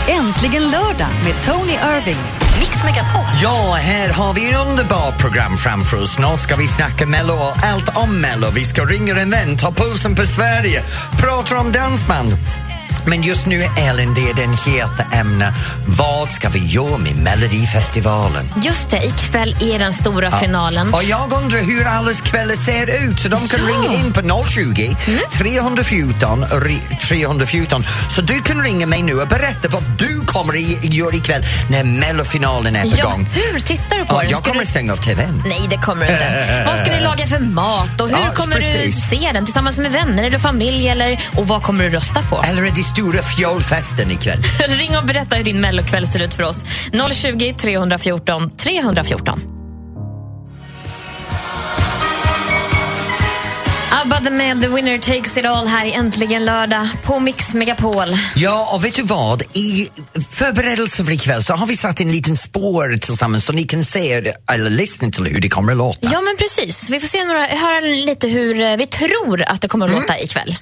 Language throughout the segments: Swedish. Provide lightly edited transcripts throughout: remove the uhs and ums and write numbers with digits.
Äntligen lördag med Tony Irving. Mix Megapol. Ja, här har vi en underbar program framför oss. Snart ska vi snacka Mello och allt om Mello. Vi ska ringa en vän, ta pulsen på Sverige, prata om dansband. Men just nu, Elin, det är den heta ämne. Vad ska vi göra med Melodifestivalen? Just det, ikväll är den stora finalen. Och jag undrar hur allas kvällar ser ut. Så de kan ringa in på 020 314. Så du kan ringa mig nu och berätta vad du kommer att göra ikväll när Mellofinalen är på gång. Hur tittar du på den? Jag kommer att stänga av TV:n. Nej, det kommer du inte. Vad ska ni laga för mat? Och hur kommer du se den? Tillsammans med vänner eller familj? Och vad kommer du rösta på? Eller är det stora fjolfesten ikväll? Ring och berätta hur din mellokväll ser ut för oss. 020 314 314. ABBA med The Winner Takes It All här i Äntligen lördag på Mix Megapol. Ja, och vet du vad? I förberedelsen för ikväll så har vi satt en liten spår tillsammans så ni kan se eller lyssna till hur det kommer att låta. Ja, men precis. Vi får se höra lite hur vi tror att det kommer att låta ikväll.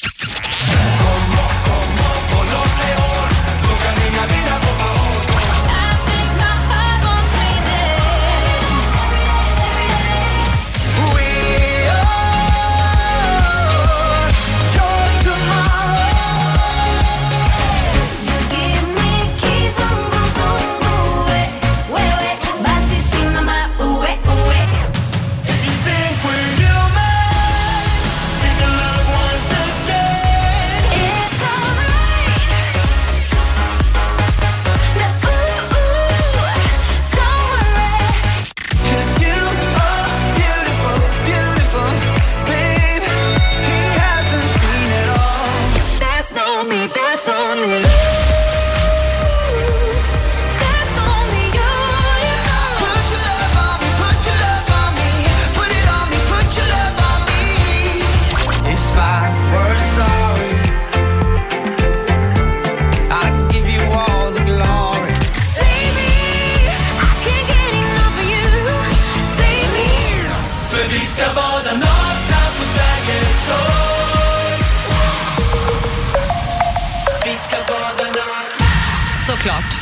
Såklart.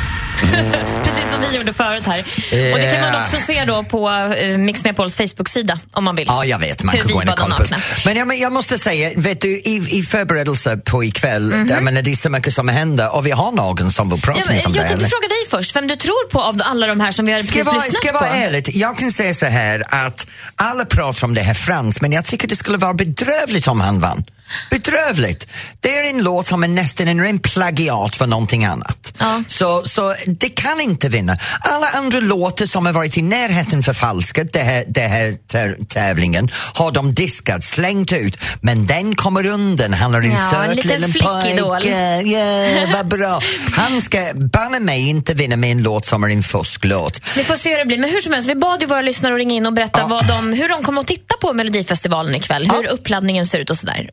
Precis som vi gjorde förut här. Och det kan man också se då på Mix Megapols Facebook-sida om man vill. Ja, jag vet. Man kan gå in och kolla på. Men jag måste säga, vet du, i förberedelse på ikväll, det är så mycket som händer och vi har någon som vill prata med som det. Jag tänkte fråga dig först, vem du tror på av alla de här som vi har precis lyssnat på? Ska jag vara ärlig? Jag kan säga så här att alla pratar om det här Frans, men jag tycker det skulle vara bedrövligt om han vann. Bedrövligt. Det är en låt som är nästan en ren plagiat för någonting annat. Ja. Så det kan inte vinna. Alla andra låtar som har varit i närheten förfalskat det här tävlingen har de diskat, slängt ut. Men den kommer undan. Han har en söt liten pojke. Ja, vad bra. Han ska banna mig inte vinna med en låt som är en fusklåt. Vi får se hur det blir. Men hur som helst, vi bad ju våra lyssnare att ringa in och berätta hur de kommer att titta på Melodifestivalen ikväll. Hur uppladdningen ser ut och sådär.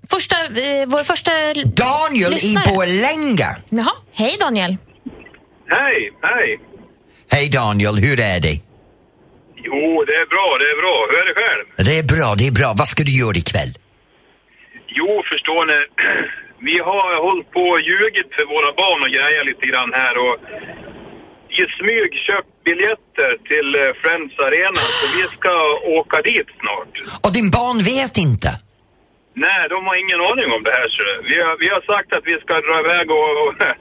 Vår första Daniel lyssnare. I Borlänge. Jaha, hej Daniel. Hej. Hej Daniel, hur är det? Jo, det är bra. Hur är det själv? Det är bra. Vad ska du göra ikväll? Jo, förstår ni. Vi har hållit på och ljugit för våra barn och grejer lite grann här och i smyg köpt biljetter till Friends Arena så vi ska åka dit snart. Och din barn vet inte? Nej, de har ingen aning om det här. Så vi har sagt att vi ska dra iväg och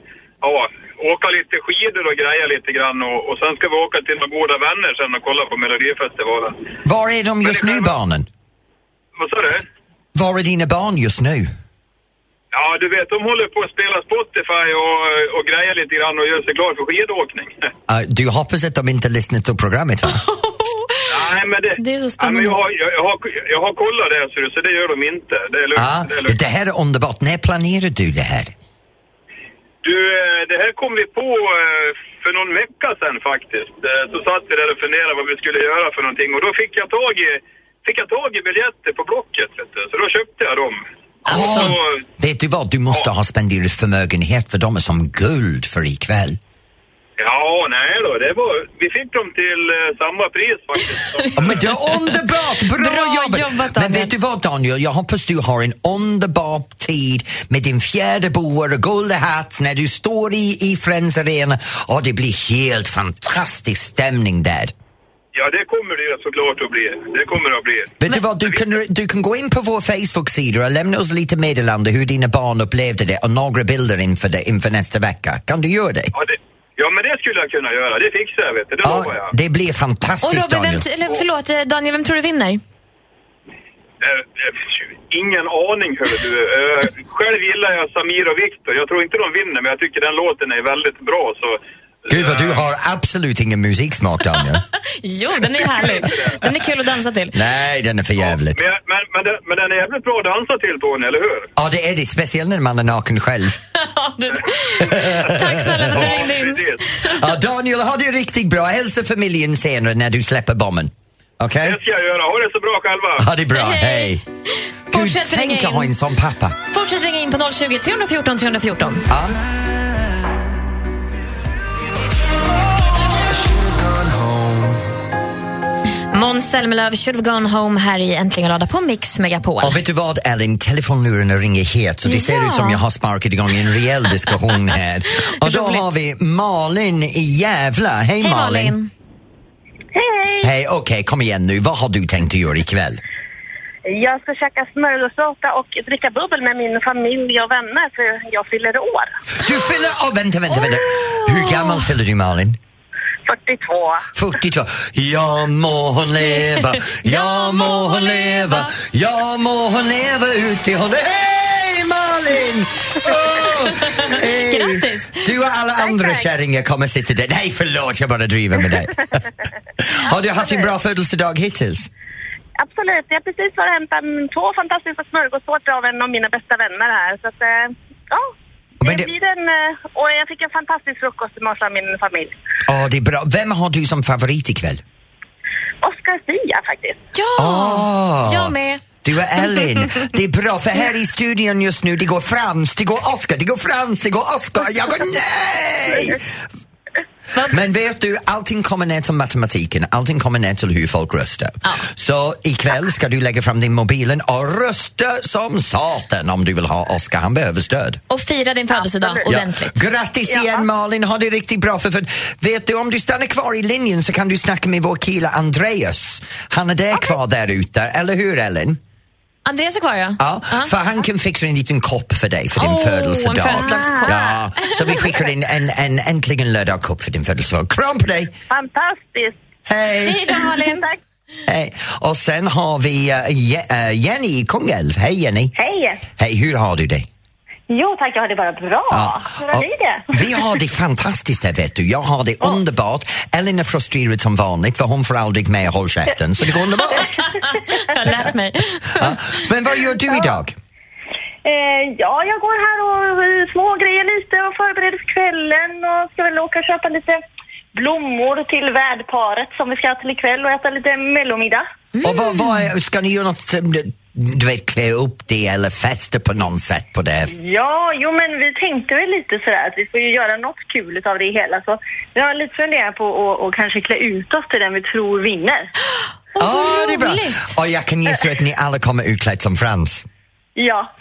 åka lite skidor och greja lite grann och sen ska vi åka till några goda vänner sen och kolla på Melodifestivalen. Var är de just nu, barnen? Vad sa du? Var är dina barn just nu? Ja, du vet, de håller på att spela Spotify och greja lite grann och gör sig klar för skidåkning. Du hoppas att de inte lyssnar till programmet, va? Nej, men det är så spännande. Ja, men jag har kollat det, så det gör de inte. Det är lugnt. Det här är underbart. När planerar du det här? Du, det här kom vi på för någon vecka sedan faktiskt. Så satt vi där och funderade vad vi skulle göra för någonting. Och då fick jag tag i biljetter på Blocket, vet du. Så då köpte jag dem. Alltså, vet du vad? Du måste ha spenderat förmögenhet för dem som guld för ikväll. Ja, nej då. Vi fick dem till samma pris faktiskt. Men det är underbart! Bra jobbat, Daniel. Men vet du vad, Daniel? Jag hoppas du har en underbar tid med din fjäderboer och guldhatt när du står i Friends Arena och det blir helt fantastisk stämning där. Ja, det kommer det såklart att bli. Det kommer att bli. Vet du vad, du kan gå in på vår Facebook-sida och lämna oss lite meddelande hur dina barn upplevde det och några bilder inför nästa vecka. Kan du göra det? Ja, men det skulle jag kunna göra. Det fixar jag, vet du. Det lovar jag. Det blir fantastiskt, och Robin, Daniel, vem tror du vinner? Ingen aning, hör du. Själv gillar jag Samir och Viktor. Jag tror inte de vinner, men jag tycker den låten är väldigt bra, så... Gud vad du har absolut ingen musiksmak, Daniel. Jo, den är härlig. Den är kul att dansa till. Nej, den är för jävligt. Men den är jävligt bra att dansa till, Tony, eller hur? Ja, det är det. Speciellt när man är naken själv. Tack snälla för att du ringde in. Ja, Daniel, ha det riktigt bra. Hälsa familjen senare när du släpper bomben. Okej? Det ska jag göra. Ha det så bra själva. Ha det bra, hej. Gud, tänk att ha en sån pappa. Fortsätt ringa in på 020 314 314. Ja. Måns Zelmerlöw, Should have gone home här i Äntligen lördag på Mix Megapol. Och vet du vad, Ellen? Telefonlurarna ringer het, så det ser ut som jag har sparkat igång en rejäl diskussion här. Och då har vi Malin i Gävle. Hej Malin. Hej. Hej, okej, kom igen nu. Vad har du tänkt att göra ikväll? Jag ska käka smörgåstårta och dricka bubbel med min familj och vänner för jag fyller år. Du fyller... Vänta. Hur gammal fyller du, Malin? 42. Ja må hon leva, ja må hon leva, ja må hon leva ut i hon. Hej Malin! Grattis! Du och alla andra kärringar kommer sitta där. Nej, förlåt, jag bara driver med dig. Har du haft en bra födelsedag hittills? Absolut, jag har precis varit och hämtat 2 fantastiska smörgåstårtor av en av mina bästa vänner här. Så att, ja... och jag fick en fantastisk frukost i morse av min familj. Det är bra. Vem har du som favorit ikväll? Oscar Sia faktiskt. Ja, jag med. Du är Ellen. Det är bra, för här i studion just nu, det går Frans, det går Oscar, det går Frans, det går Oscar. Jag går nej! Men vet du, allting kommer ner till matematiken, allting kommer ner till hur folk röstar. Så ikväll ska du lägga fram din mobilen och rösta som satan om du vill ha Oscar, han behöver stöd. Och fira din födelsedag ordentligt. Grattis igen Malin, ha det riktigt bra för vet du, om du stannar kvar i linjen så kan du snacka med vår kille Andreas. Han är där kvar där ute, eller hur Ellen? Andreas är kvar, ja, för han kan fixa en liten kopp för dig för din födelsedag. En födelsedagskopp. Ja, så vi skickar in en äntligen lördag-kopp för din födelsedag. Kram på dig! Fantastiskt! Hej! Hej då Malin! Tack! Hej! Och sen har vi Jenny i Kungälv. Hej Jenny! Hej! Hej, hur har du det? Jo tack, jag har det bara bra. Hur har ni det? Vi har det fantastiskt här, vet du. Jag har det underbart. Ellen är frustrerad som vanligt för hon får aldrig med hållkäften, så det går underbart. Jag har lärt mig. Men vad gör du idag? Jag går här och små grejer lite och förbereder för kvällen och ska väl åka och köpa lite blommor till värdparet som vi ska till ikväll och äta lite mellomiddag. Och ska ni göra något, du vet, klä upp det eller festa på någon sätt på det? Ja, men vi tänkte väl lite sådär att vi får ju göra något kul av det hela, så vi har lite funderat på att kanske klä ut oss till den vi tror vinner. Det är bra. Och jag kan gissa att ni alla kommer utklädd som Frans. Ja.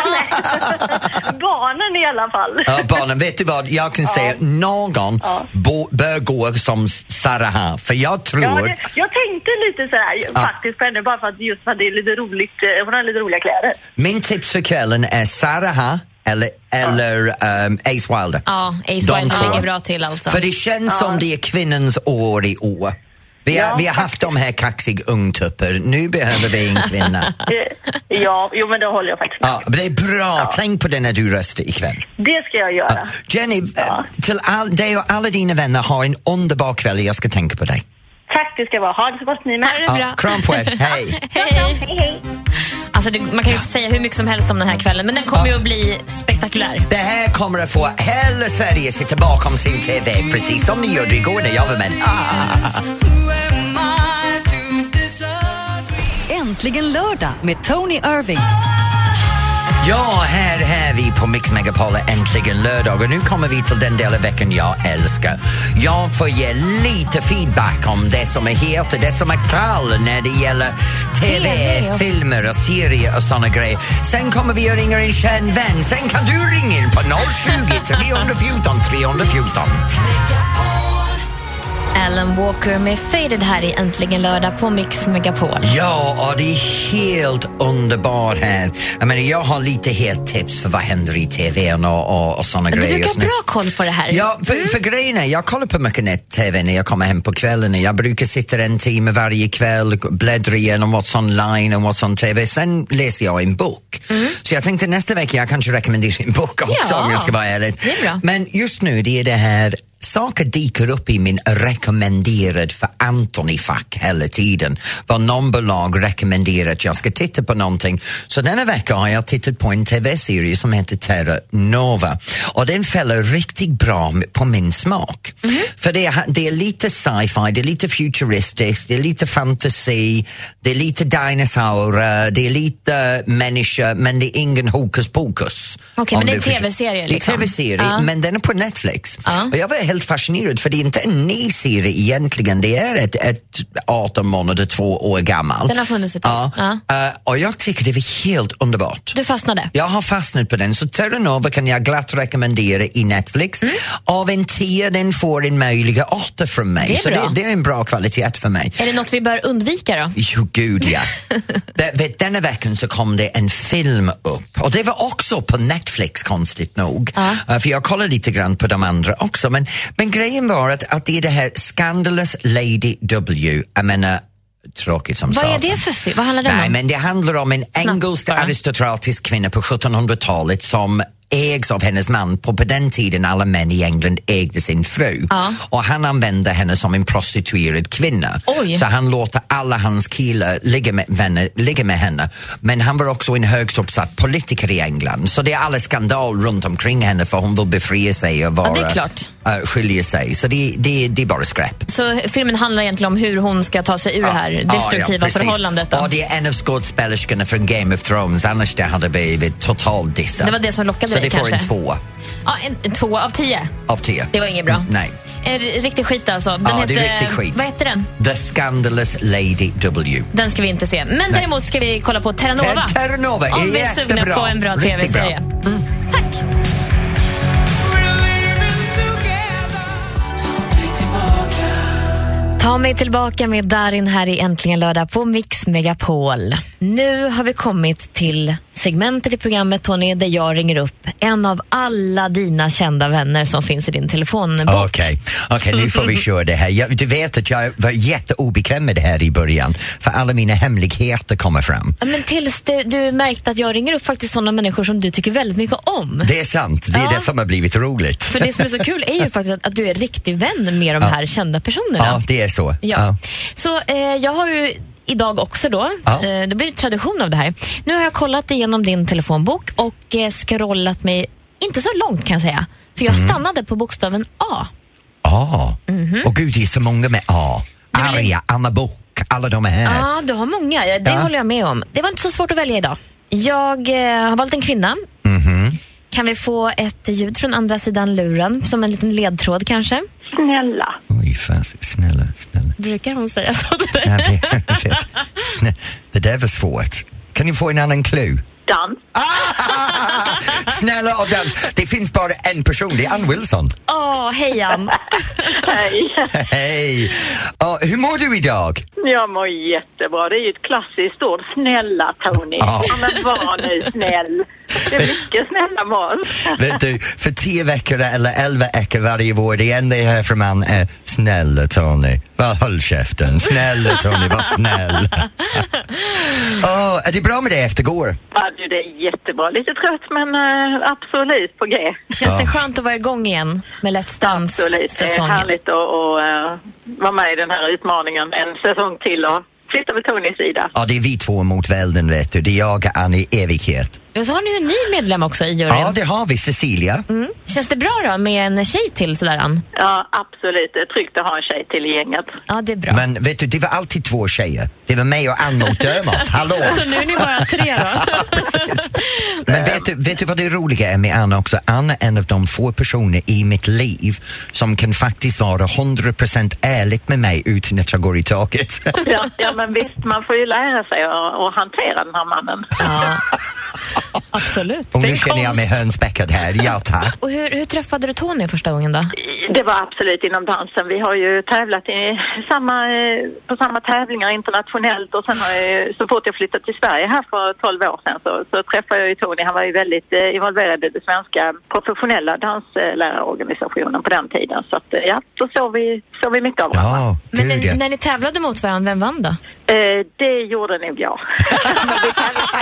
Barnen i alla fall. Ja, barnen. Vet du vad? Jag kan säga någon bör gå som Sarah, för jag tror... jag tänkte lite sådär faktiskt på henne, bara för att just för att det är lite roligt, hon har lite roliga kläder. Min tips för kvällen är Sarah eller Ace Wilder. Ja, Ace Wilder ligger bra till alltså. För det känns som det är kvinnans år i år. Vi har haft de här kaxig ungtupper. Nu behöver vi en kvinna. Men det håller jag faktiskt med. Ja, det är bra. Tänk på det när du röstar ikväll. Det ska jag göra. Jenny, till dig och alla dina vänner, har en underbar kväll. Jag ska tänka på dig. Tack, det ska vara. Ha det så gott ni med. Ha det bra. Kram på er. Hej. Hej. Alltså man kan ju säga hur mycket som helst om den här kvällen, men den kommer ju att bli spektakulär. Det här kommer att få hela Sverige sitta bakom sin TV, precis som ni gjorde igår när jag var med. Äntligen lördag med Tony Irving. Ja, här är vi på Mix Megapol äntligen lördag och nu kommer vi till den delen av veckan jag älskar. Jag får ge lite feedback om det som är het och det som är kall när det gäller TV, filmer och serier och såna grejer. Sen kommer vi att ringa en känd vän. Sen kan du ringa in på 020 314 314. Alan Walker med Faded här i Äntligen lördag på Mix Megapol. Ja, och det är helt underbart här. Jag har lite helt tips för vad händer i TV och såna grejer. Du brukar ha bra koll på det här. Ja, för grejen är, jag kollar på mycket net-TV när jag kommer hem på kvällen. Jag brukar sitta en timme varje kväll, bläddra igenom what's online och what's on TV. Sen läser jag en bok. Så jag tänkte nästa vecka jag kanske rekommenderar en bok också om jag ska vara ärlig. Det är bra. Men just nu det är det här. Saker dyker upp i min rekommenderad för Anthony-fack hela tiden. Vad någon bolag rekommenderar att jag ska titta på någonting. Så denna vecka har jag tittat på en tv-serie som heter Terra Nova. Och den fäller riktigt bra på min smak. För det är lite sci-fi, det är lite futuristiskt, det är lite fantasy, det är lite dinosaurier, det är lite människa, men det är ingen hokus pokus. Okej, men det är en tv-serie liksom. Det är en tv-serie, men den är på Netflix. Och jag var helt fascinerad för det är inte en ny serie egentligen, det är ett 18 månader, 2 år gammal. Den har funnits ett tag. Och jag tycker det var helt underbart. Du fastnade? Jag har fastnat på den, så Terra Nova kan jag glatt rekommendera i Netflix. Av en 10, den får en möjliga 8 från mig. Det är bra. Det är en bra kvalitet för mig. Är det något vi bör undvika då? Jo, gud ja. Denna veckan så kom det en film upp. Och det var också på Netflix, konstigt nog. För jag kollade lite grann på de andra också. Men grejen var att det är det här Scandalous Lady W. Jag menar, tråkigt som Vad är det för film? Vad handlar det om? Nej, men det handlar om en engelsk aristokratisk kvinna på 1700-talet som ägs av hennes man. På den tiden alla män i England ägde sin fru. Och han använde henne som en prostituerad kvinna. Så han låter alla hans killar ligga med henne. Men han var också en högst uppsatt politiker i England. Så det är alla skandal runt omkring henne för hon vill befria sig och vara skilja sig. Så det är bara skräp. Så filmen handlar egentligen om hur hon ska ta sig ur det här destruktiva förhållandet. Och det är en av skådespelerskorna från Game of Thrones. Annars det hade blivit totalt dissat. Det var det som lockade så dig det får kanske? en 2. Ja, en 2 av 10. Av 10. Det var inget bra. Nej. Riktig skit alltså. Det är riktig skit. Vad heter den? The Scandalous Lady W. Den ska vi inte se. Men däremot ska vi kolla på Terra Nova. Terra Nova är om vi är sugna på en bra tv-serie. Tack! Ta mig tillbaka med Darin här i Äntligen lördag på Mix Megapol. Nu har vi kommit till segmentet i programmet, Tony, där jag ringer upp en av alla dina kända vänner som finns i din telefonbok. Okej, nu får vi köra det här. Du vet att jag var jätteobekväm med det här i början, för alla mina hemligheter kommer fram. Men tills du märkte att jag ringer upp faktiskt sådana människor som du tycker väldigt mycket om. Det är sant, det är det som har blivit roligt. För det som är så kul är ju faktiskt att du är riktig vän med de här kända personerna. Ja, det är så. Ja. Så jag har ju idag också då, det blir tradition av det här. Nu har jag kollat igenom din telefonbok och scrollat mig, inte så långt kan jag säga. För jag stannade på bokstaven A. Och gud, det är så många med A. Arja, Anna Book, alla de här. Ja, du har många, det håller jag med om. Det var inte så svårt att välja idag. Jag har valt en kvinna. Kan vi få ett ljud från andra sidan luren, som en liten ledtråd kanske? Snälla. Oj, fast, snälla. Brukar hon säga så till dig? Det där var svårt. Kan ni få en annan clue? Dans. Snälla och dans. Det finns bara en person, det är Ann Wilson. Hej Ann. Hej. Hej. Hur mår du idag? Jag mår jättebra. Det är ju ett klassiskt ord. Snälla, Tony. Ja, men var nu snäll. Det är mycket snälla barn. Vet du, för 10 veckor eller 11 veckor varje år, det enda jag hör från man är snälla Tony. Håll käften. Snälla Tony, var snäll. Är det bra med det eftergår? Ja, det är jättebra. Lite trött, men absolut på G. Känns det skönt att vara igång igen med Let's Dance-säsongen? Absolut, det är härligt att vara med i den här utmaningen en säsong till och sitta vid Tonys sida. Ja, det är vi två mot världen, vet du. Det är jag och Ann i evighet. Och så har ni ju en ny medlem också i juryn. Ja, det har vi, Cecilia. Känns det bra då med en tjej till sådär, Ann? Ja, absolut. Det är tryggt att ha en tjej till i gänget. Ja, det är bra. Men vet du, det var alltid 2 tjejer. Det var mig och Ann och Dömat. Hallå! Så nu är ni bara 3 då? Ja, precis. Men vet du vad det roliga är med Ann också? Ann är en av de få personer i mitt liv som kan faktiskt vara 100% ärligt med mig utan att jag går i taket. Ja, men visst, man får ju lära sig att hantera den här mannen. Ja, absolut. Och nu känner jag mig hönsbäckad här. Ja, tack. Och hur träffade du Tony första gången då? Det var absolut inom dansen. Vi har ju tävlat på samma tävlingar internationellt och sen så fort jag flyttade till Sverige här för 12 år sedan så träffade jag ju Tony. Han var ju väldigt involverad i den svenska professionella danslärarorganisationen på den tiden. Så att, ja, då såg vi mycket av varandra. Ja, men när ni tävlade mot varandra, vem vann då? Det gjorde nog jag. Men vi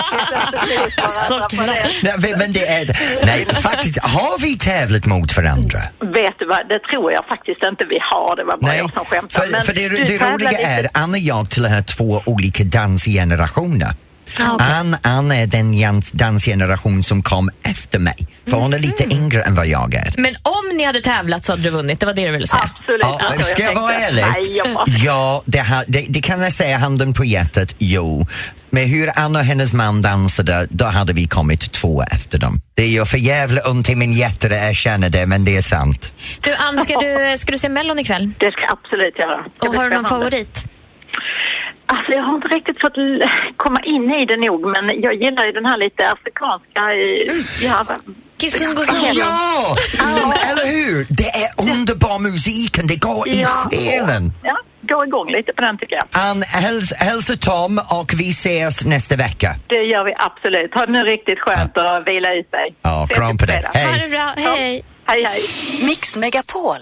Nej, faktiskt, har vi tävlat mot varandra? Vet du vad, det tror jag faktiskt inte vi har. Det var bara jag som skämtade. För det roliga är, Ann och jag tillhör 2 olika dansgenerationer. Ann är den dansgeneration som kom efter mig. För hon är lite yngre än vad jag är. Men om ni hade tävlat så hade du vunnit, det var det du ville säga? Absolut. Ja, ska jag vara ärlig? Ja, det kan jag säga, handen på hjärtat, jo. Men hur Ann och hennes man dansade, då hade vi kommit 2 efter dem. Det är ju för jävla ont i min hjärta att erkänna det, men det är sant. Du Ann, ska du se Mellon ikväll? Det ska jag absolut göra. Och har du någon favorit? Alltså jag har inte riktigt fått komma in i det nog, men jag gillar ju den här lite afrikanska... Ja, eller hur? Det är underbar musiken, det går i själen. Ja, gå igång lite på den tycker jag. Ann, hälsa Tom och vi ses nästa vecka. Det gör vi absolut. Ha det nu riktigt skönt och vila ut dig. Ja, kram på det. Hej. Ha det bra, hej. Hej, hej. Mix Megapol.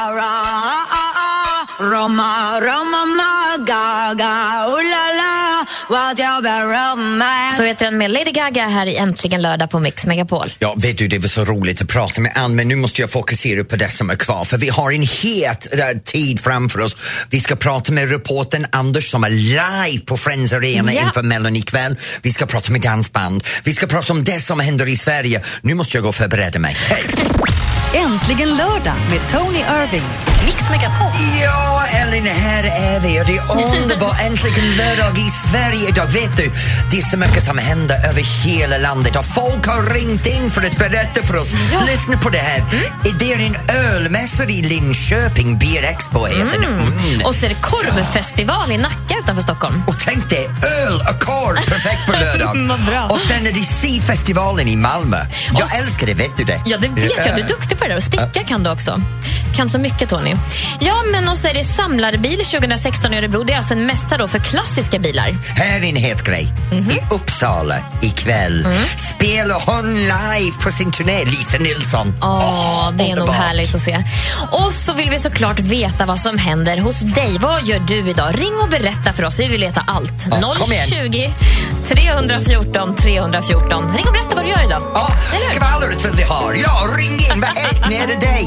Så heter den med Lady Gaga här i Äntligen lördag på Mix Megapol. Ja, vet du, det var så roligt att prata med Ann, men nu måste jag fokusera på det som är kvar, för vi har en het tid framför oss. Vi ska prata med reportern Anders som är live på Friends Arena inför Mellon ikväll. Vi ska prata med dansband. Vi ska prata om det som händer i Sverige. Nu måste jag gå och förbereda mig. Hej! Äntligen lördag med Tony Irving. Mix Megapol. Ja, Ellen, här är vi och det är underbart. Äntligen lördag i Sverige idag. Vet du, det är så mycket som händer över hela landet och folk har ringt in för att berätta för oss. Lyssna på det här. Det är en ölmässa i Linköping, Beer Expo heter det. Och så är det korvfestival i Nacka utanför Stockholm. Och tänk dig, öl och korv, perfekt på lördag. Bra. Och sen är det C-festivalen i Malmö. Jag älskar det, vet du det? Ja, det vet jag. Du är duktig på det. Och sticka kan du också. Kan så mycket, Tony. Ja, men och så är det Samlarbil 2016 i Örebro. Det är alltså en mässa då för klassiska bilar. Här är en het grej. I Uppsala ikväll spelar hon live på sin turné, Lisa Nilsson. Det är nog härligt att se. Och så vill vi såklart veta vad som händer hos dig. Vad gör du idag? Ring och berätta för oss. Vi vill veta allt. 020 314 314. Ring och berätta vad du gör idag. Ja, skvallret vill vi ha. Ja, ring in. Vad är det dig?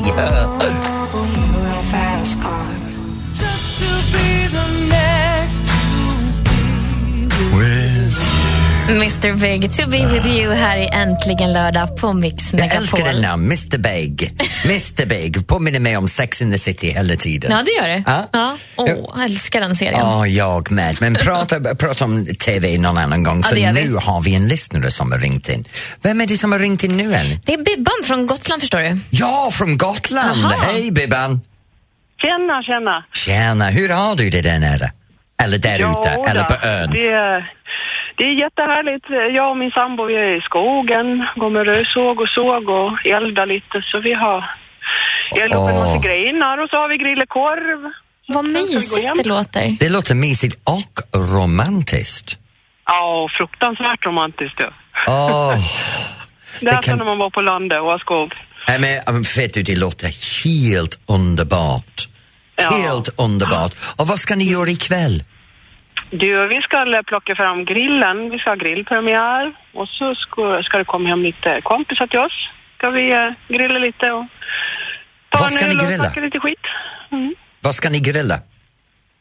Mr. Big, to be with you här i Äntligen lördag på Mix Megapol. Jag älskar den namn, Mr. Big. Mr. Big, påminner mig om Sex in the City hela tiden. Ja, det gör det. Jag älskar den serien. Ja, jag med. Men prata om TV någon annan gång, för nu har vi en lyssnare som har ringt in. Vem är det som har ringt in nu än? Det är Bibban från Gotland, förstår du. Ja, från Gotland. Aha. Hej, Bibban. Tjena. Hur har du det där nere? Eller där ute? Eller på ön? Det är jättehärligt. Jag och min sambo, vi är i skogen, går med rörsåg och eldar lite. Så vi har eldat upp en massa grenar och så har vi grillkorv. Vad mysigt det låter. Det låter mysigt och romantiskt. Ja, fruktansvärt romantiskt. Det är kan... när man var på landet och har skog. Nej, men vet du, det låter helt underbart. Ja. Helt underbart. Och vad ska ni göra ikväll? Vi ska plocka fram grillen. Vi ska ha grillpremiär. Och så ska det komma hem lite kompisar till oss. Ska vi grilla lite och ta vad ska ni grilla? Lite skit. Vad ska ni grilla?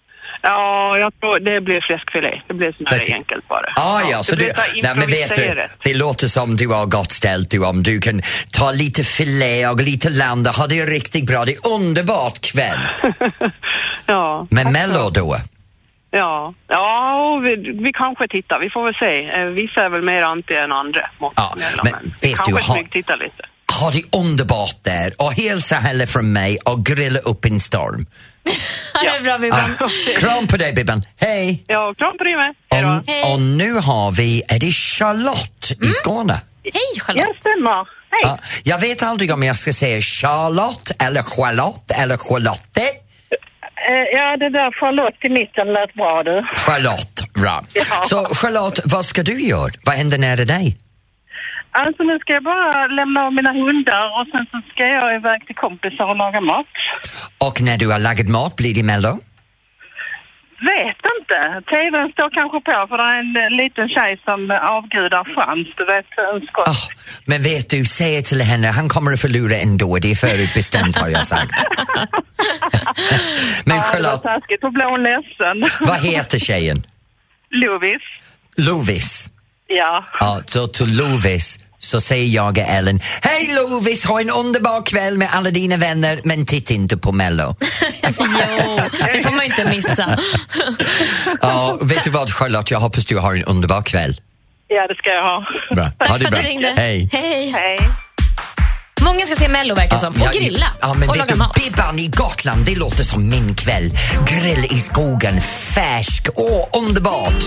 Ja, jag tror det blir fläskfilé. Det blir sån här enkelt bara. Ja, så du, nej, men vet du, det låter som du har gott ställt om du kan ta lite filé och lite lamm och ha det riktigt bra. Det är underbart kväll. Ja. Men Mello då? Ja, vi kanske tittar. Vi får väl se. Vissa är väl mer anti än andra. Ja, men vet du, titta lite. Ha det underbart där och hälsa heller från mig och grilla upp en storm. Det är bra, Bibban. Kram på dig, Bibban. Hej! Ja, kram på dig med. Hej. Och nu har vi, är det Charlotte i Skåne? Hej, Charlotte. Jag stämmer. Hej. Ja, jag vet aldrig om jag ska säga Charlotte eller Charlotte eller Charlotte. Ja, det där Charlotte i mitten lät bra du. Charlotte, bra. Ja. Så Charlotte, vad ska du göra? Vad händer nära dig? Alltså nu ska jag bara lämna av mina hundar och sen så ska jag iväg till kompisar och laga mat. Och när du har lagat mat, blir det Mello? Vet inte. TVn står kanske på för det är en liten tjej som avgudar frans. Du vet, en skott. Men vet du, säg till henne, han kommer att förlora ändå. Det är förutbestämt har jag sagt. Men Charlotte, det var taskigt. Då blir hon ledsen. vad heter tjejen? Lovis. Lovis? Ja. Ja, så till Lovis så säger jag Ellen, hej Lovis, ha en underbar kväll med alla dina vänner, men titta inte på Mello. Jo, det får man inte missa. Ja, vet du vad Charlotte, jag hoppas du har en underbar kväll. Ja, det ska jag ha. Bra, ha det bra. Hej. Hej. Många ska se Mello verkar som, och grilla men och vet laga du, mat. Bibban i Gotland, det låter som min kväll. Grill i skogen, färsk, underbart.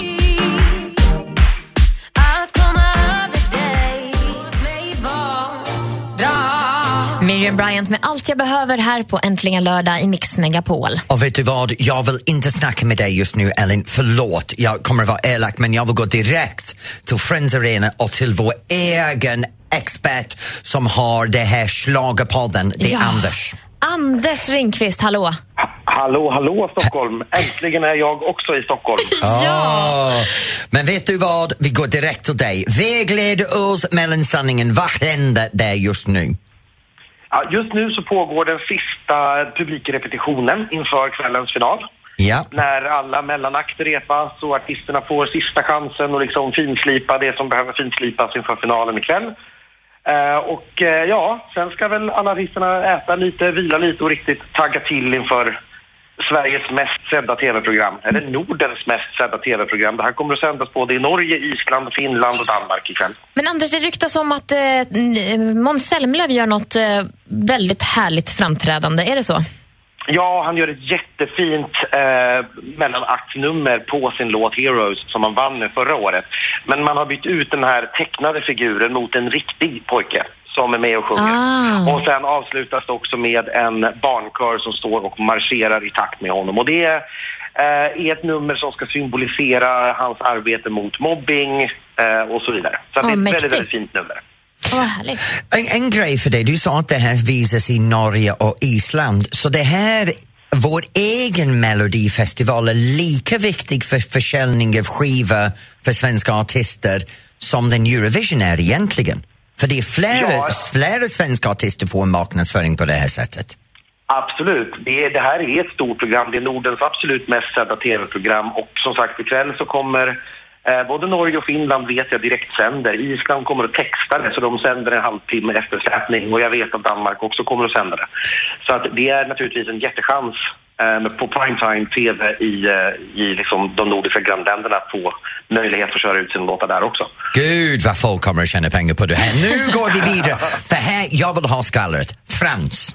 Miriam Bryant med Allt jag behöver här på Äntligen lördag i Mix Megapol. Och vet du vad, jag vill inte snacka med dig just nu, Ellen, förlåt. Jag kommer att vara elak, men jag vill gå direkt till Friends Arena och till vår egen expert som har det här schlagerpodden, det är Anders. Anders Ringqvist, hallå. Hallå Stockholm. Äntligen är jag också i Stockholm. Ja. Men vet du vad, vi går direkt till dig. Vägled oss mellan sanningen. Vad händer där just nu? Ja, just nu så pågår den sista publikrepetitionen inför kvällens final. Ja. När alla mellanakter repas och artisterna får sista chansen och liksom finslipa det som behöver finslipas inför finalen ikväll. Sen ska väl alla artisterna äta lite, vila lite och riktigt tagga till inför Sveriges mest sedda tv-program, eller Nordens mest sedda tv-program. Det här kommer att sändas både i Norge, Island, Finland och Danmark ikväll. Men Anders, det ryktas om att Måns Zelmerlöw gör något väldigt härligt framträdande, är det så? Ja, han gör ett jättefint mellanaktnummer på sin låt Heroes som han vann med förra året. Men man har bytt ut den här tecknade figuren mot en riktig pojke som är med och sjunger. Och sen avslutas det också med en barnkör som står och marscherar i takt med honom. Och det är ett nummer som ska symbolisera hans arbete mot mobbing och så vidare. Så det är ett väldigt, väldigt fint nummer. En grej för dig, du sa att det här visas i Norge och Island, så det här, vår egen melodifestival är lika viktig för försäljning av skivor för svenska artister som den Eurovision är egentligen. För det är flera svenska artister får en marknadsföring på det här sättet. Absolut, det här är ett stort program, det är Nordens absolut mest sedda tv-program och som sagt ikväll så kommer både Norge och Finland vet jag direkt sänder. Island kommer att texta det så de sänder en halvtimme eftersläpning och jag vet att Danmark också kommer att sända det. Så att det är naturligtvis en jättechans på primetime tv i liksom de nordiska grannländerna att få möjlighet att köra ut sin låtar där också. Gud vad folk kommer att tjäna pengar på det här. Nu går vi vidare. För här, jag vill ha skallret. Frans.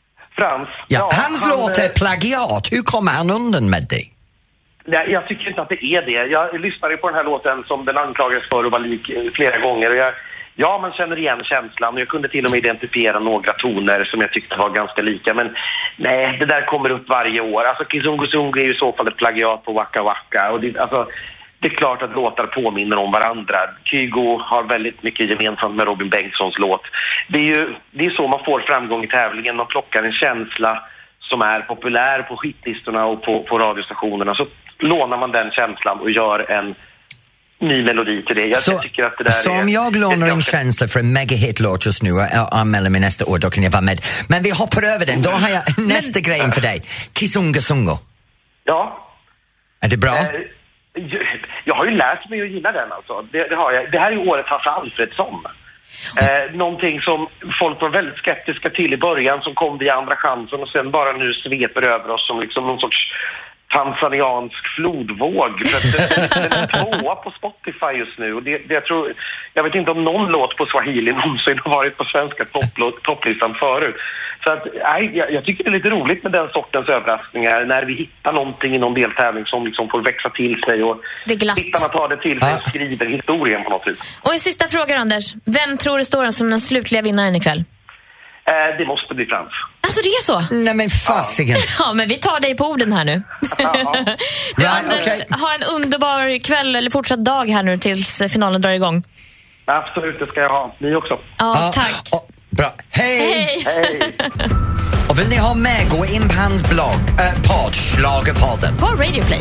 Ja, hans låt är plagiat. Hur kommer han undan med det? Nej, jag tycker inte att det är det. Jag lyssnade på den här låten som den anklagades för att vara lik flera gånger. Och man känner igen känslan. Och jag kunde till och med identifiera några toner som jag tyckte var ganska lika. Men nej, det där kommer upp varje år. Alltså Kizungu Zungu är ju i så fall ett plagiat på Waka Waka. Och det är klart att låtar påminner om varandra. Kygo har väldigt mycket gemensamt med Robin Bengtssons låt. Det är så man får framgång i tävlingen. Man plockar en känsla som är populär på skitlistorna och på radiostationerna. Så lånar man den känslan och gör en ny melodi till det. Jag tycker att det där så om jag lånar en känsla för en mega-hit-låt just nu och anmäler mig nästa år, då kan jag vara med. Men vi hoppar över den. Då har jag nästa grejen för dig. Kizunga Zungo. Ja. Är det bra? Jag har ju lärt mig att gilla den alltså. Det har jag. Det här är året Hasse Alfredson. Någonting som folk var väldigt skeptiska till i början, som kom via Andra chansen och sen bara nu sveper över oss som liksom någon sorts tanzaniansk flodvåg. Den är 2 på Spotify just nu och jag vet inte om någon låt på Swahili någonsin har varit på svenska topplistan förut. Så att, jag tycker det är lite roligt med den sortens överraskningar när vi hittar någonting i någon deltävling som liksom får växa till sig och tittarna tar det till sig och skriver historien på något vis. Och en sista fråga, Anders. Vem tror du står som den slutliga vinnaren ikväll? Det måste bli Frans. Alltså det är så? Nej men fasiken. Ja, men vi tar dig på orden här nu. Du, Anders, ha en underbar kväll eller fortsatt dag här nu tills finalen drar igång. Absolut, det ska jag ha. Ni också. Ja, tack. Bra. Hej! Hej! Och vill ni ha med, gå in på hans blogg, podd, Schlagerpodden. På Radio Play.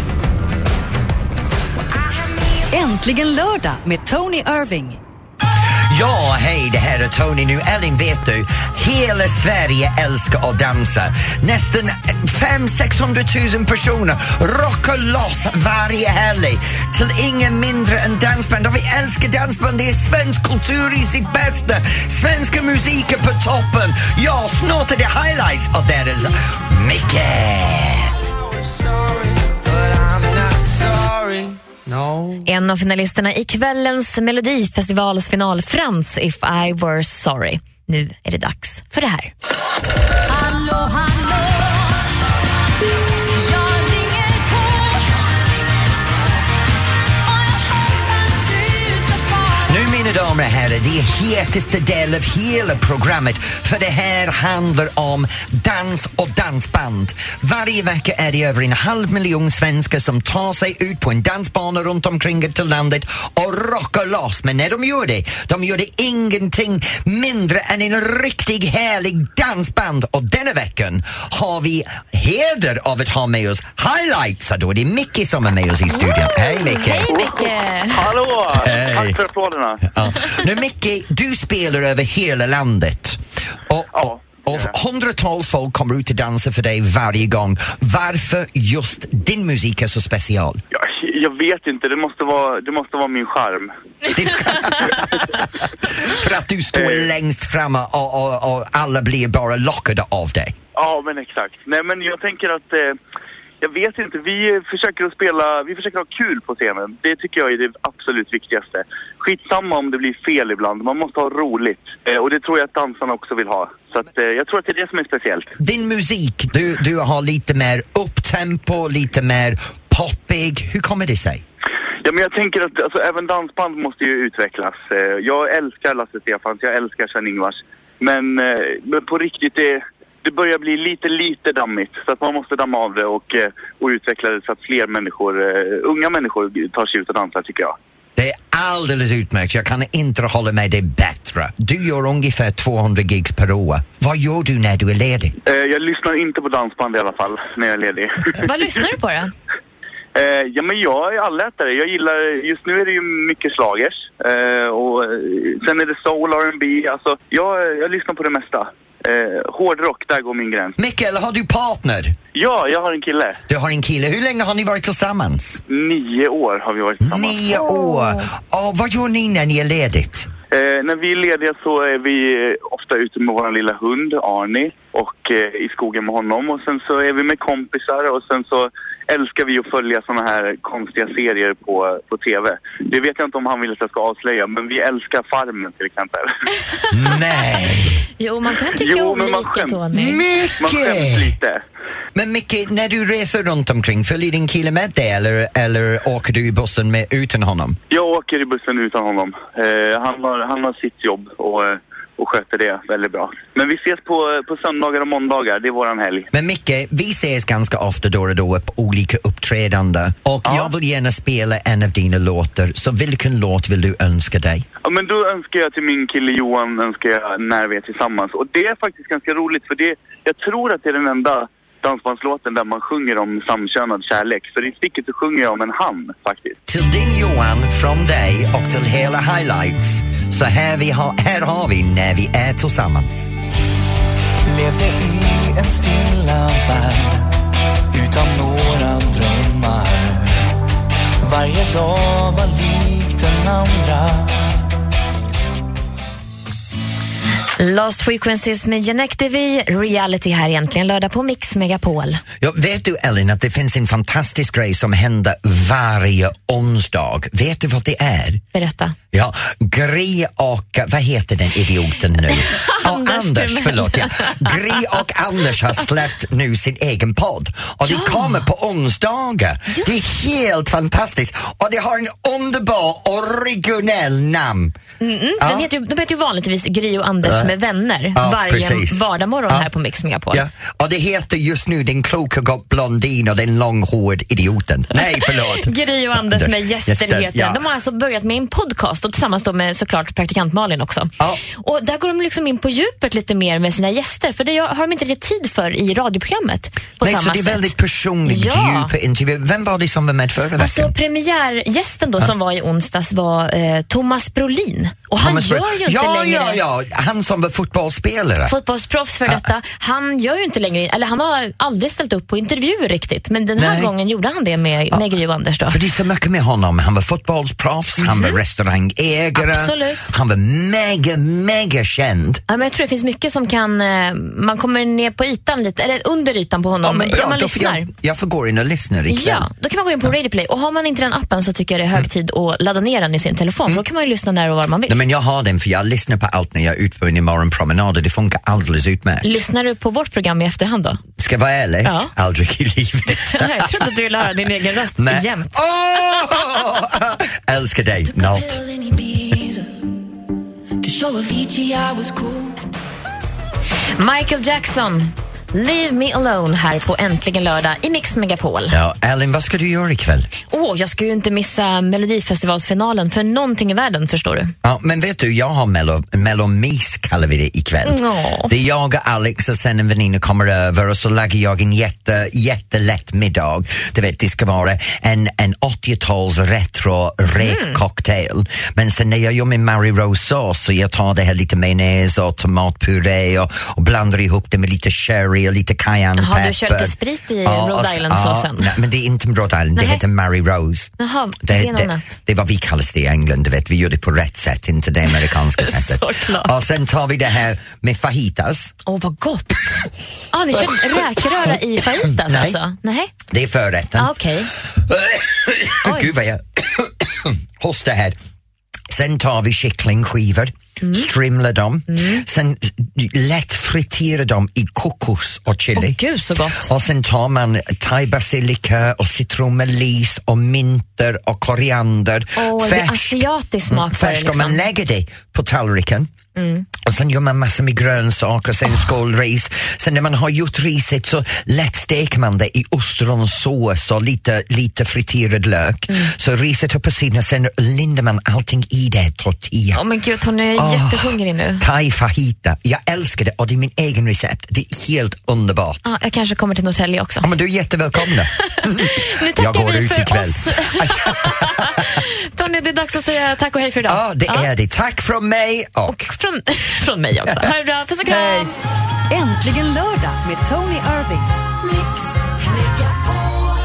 Äntligen lördag med Tony Irving. Ja, hej, det här är Tony nu. Ellen, vet du, hela Sverige älskar att dansa. Nästan 500-600 000 personer rockar loss varje helg till ingen mindre än dansband. Och vi älskar dansband, det är svensk kultur i sitt bästa. Svenska musiken på toppen. Ja, snart är det highlights och där är Micke. No. En av finalisterna i kvällens Melodifestivals final, Frans, If I Were Sorry. Nu är det dags för det här. Hallå, hallå. Jag ringer på. Och jag hoppas du ska svara. Nu mina damer och herrar, det är hetaste del av hela programmet, för det här handlar om dans och dansband. Varje vecka är det över 500 000 svenskar som tar sig ut på en dansbana runt omkring till landet och rockar loss. Men när de gör det ingenting mindre än en riktig härlig dansband. Och denna veckan har vi heder av att ha med oss highlights. Då är det Micke som är med oss i studion. Hej Micke! Hej Micke! Hallå! Hej. Tack för applåderna. Ja. Nu Micke, du spelar över hela landet och hundratals folk kommer ut och dansar för dig varje gång. Varför just din musik är så special? Ja, jag vet inte, det måste vara min charm. För att du står längst fram och alla blir bara lockade av dig. Ja, men exakt. Nej, men jag tänker att jag vet inte, vi försöker ha kul på scenen. Det tycker jag är det absolut viktigaste. Skitsamma om det blir fel ibland, man måste ha roligt. Och det tror jag att dansarna också vill ha. Så att, jag tror att det är det som är speciellt. Din musik, du har lite mer upptempo, lite mer poppig. Hur kommer det sig? Ja, men jag tänker att alltså, även dansband måste ju utvecklas. Jag älskar Lasse Stefans, jag älskar Sven-Ingvars. Men på riktigt det börjar bli lite dammigt, så att man måste damma av det och utveckla det så att fler människor, unga människor tar sig ut och dansar, tycker jag. Det är alldeles utmärkt. Jag kan inte hålla med dig bättre. Du gör ungefär 200 gigs per år. Vad gör du när du är ledig? Jag lyssnar inte på dansband i alla fall när jag är ledig. Vad lyssnar du på då? Ja, men jag är allätare. Jag gillar, just nu är det ju mycket slagers. Och sen är det soul, R&B. Alltså, jag lyssnar på det mesta. Hårdrock, där går min gräns. Mikael, har du partner? Ja, jag har en kille. Du har en kille. Hur länge har ni varit tillsammans? 9 år har vi varit tillsammans. 9 år? Och vad gör ni när ni är ledigt? När vi är lediga så är vi ofta ute med vår lilla hund, Arnie, och i skogen med honom. Och sen så är vi med kompisar och sen så älskar vi att följa såna här konstiga serier på tv. Det vet jag inte om han vill att jag ska avslöja, men vi älskar Farmen till exempel. Nej! Jo, man kan tycka olika, Tony. Man skäms lite. Men Micke, när du reser runt omkring, följer din kille med dig eller åker du i bussen utan honom? Jag åker i bussen utan honom. Han har sitt jobb och sköter det väldigt bra. Men vi ses på söndagar och måndagar, det är våran helg. Men Micke, vi ses ganska ofta då och då på olika uppträdande. Och jag vill gärna spela en av dina låtar. Så vilken låt vill du önska dig? Ja, men då önskar jag till min kille Johan, önskar jag När vi är tillsammans. Och det är faktiskt ganska roligt, för jag tror att det är den enda dansbandslåten där man sjunger om samkönad kärlek. För i sticket så sjunger jag om en han faktiskt. Till din Johan, från dig och till hela highlights. Så här har vi När vi är tillsammans. Levde i en stilla värld utan några drömmar. Lost Frequencies med Janek Devi, Reality här egentligen lördag på Mix Megapol. Ja, vet du Ellen att det finns en fantastisk grej som händer varje onsdag. Vet du vad det är? Berätta. Ja, Gry och, vad heter den idioten nu? Anders, förlåt. Ja. Gry och Anders har släppt nu sin egen podd. Och det kommer på onsdagar. Just. Det är helt fantastiskt. Och det har en underbar, originell namn. Ja. De heter ju vanligtvis Gry och Anders med vänner varje vardagsmorgon här på Mix Megapol. Ja. Och det heter just nu den kloka blondin och den långhård idioten. Nej, förlåt. Gry och Anders med gäster heter. Ja. De har alltså börjat med en podcast och tillsammans då med såklart praktikant Malin också. Ja. Och där går de liksom in på djupet lite mer med sina gäster, för det har de inte riktigt tid för i radioprogrammet på samma sätt. Så det är väldigt personligt, djup intervju. Vem var det som var med förra veckan? Alltså premiärgästen då som var i onsdags var Thomas Brolin. Och han gör ju inte längre... Ja, han som var fotbollsspelare. Fotbollsproffs för detta. Han gör ju inte längre, eller han har aldrig ställt upp på intervjuer riktigt, men den här gången gjorde han det med Gry och Anders då. För det är så mycket med honom. Han var fotbollsproffs, han var restaurangägare. Absolut. Han var mega känd. Ja, men jag tror det finns mycket som kan... man kommer ner på ytan lite, eller under ytan på honom. Ja, bra, man lyssnar. Jag får gå in och lyssna ikväll. Ja, då kan man gå in på Radio Play. Och har man inte den appen så tycker jag det är hög tid att ladda ner den i sin telefon. För då kan man ju lyssna när och var man vill. Nej, men jag har den för jag lyssnar på allt när jag är ute på en morgonpromenad och det funkar alldeles utmärkt. Lyssnar du på vårt program i efterhand då? Ska jag vara ärlig? Ja. Aldrig i livet. Jag trodde att du ville höra din egen röst jämt. Älskar dig, not. Michael Jackson, Leave Me Alone här på Äntligen lördag i Mix Megapol. Ja, Ellen, vad ska du göra ikväll? Jag ska ju inte missa Melodifestivalsfinalen för någonting i världen, förstår du. Ja, men vet du, jag har Mellomys kallar vi det ikväll. Det är jag och Alex och sen en väninna kommer över och så lägger jag en jättelätt middag. Du vet, det ska vara en 80-tals retro räkcocktail. Men sen när jag gör min Mary Rose sås så jag tar det här lite mayonnaise och tomatpuré och blandar ihop det med lite sherry och lite cayennepepper. Jaha, du kör lite sprit i Rhode Island-såsen? Nej, men det är inte Rhode Island, det heter Mary Rose. Jaha, det är vad vi kallar det i England, du vet. Vi gör det på rätt sätt, inte det amerikanska sättet. Såklart. Och sen tar vi det här med fajitas. Vad gott! Ni kör räkröra i fajitas alltså? Nej. Det är förrätten. Okej. Gud vad jag hostar här. Sen tar vi kycklingskivor, strimlar dem, sen lätt friterar dem i kokos och chili. Gud så gott. Och sen tar man thai-basilika och citronmelis och minter och koriander. Det är asiatisk smak för det liksom. Man lägger det på tallriken. Och sen gör man massor med grönsaker, sen skålris. Sen när man har gjort riset så lätt steker man det i ostronsås och lite friterad lök. Så riset är på sidan, sen lindar man allting i det tortilla. Men gud, hon är jättehungrig nu. Thai fajita, jag älskar det och det är min egen recept. Det är helt underbart. Jag kanske kommer till Norrtälje också. Men du är jättevälkommen. Nu tackar vi för oss. Tony, det är dags att säga tack och hej för idag. Ja, det är det. Tack från mig och från mig också. Ha det bra, puss och kram. Äntligen lördag med Tony Irving. Mix Megapol.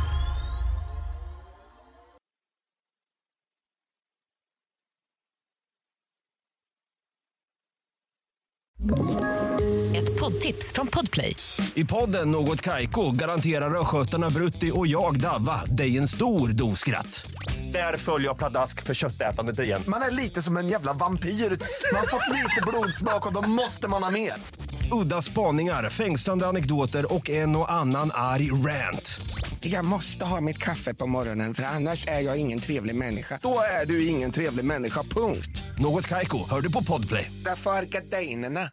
Ett poddtips från Podplay. I podden Något Kaiko garanterar röskötarna Brutti och jag Davva dig en stor doskratt. Där följer jag pladask för köttätandet igen. Man är lite som en jävla vampyr. Man har fått lite blodsmak och då måste man ha mer. Udda spaningar, fängslande anekdoter och en och annan arg rant. Jag måste ha mitt kaffe på morgonen för annars är jag ingen trevlig människa. Då är du ingen trevlig människa, punkt. Något Kaiko, hör du på Podplay. Därför är gardinerna.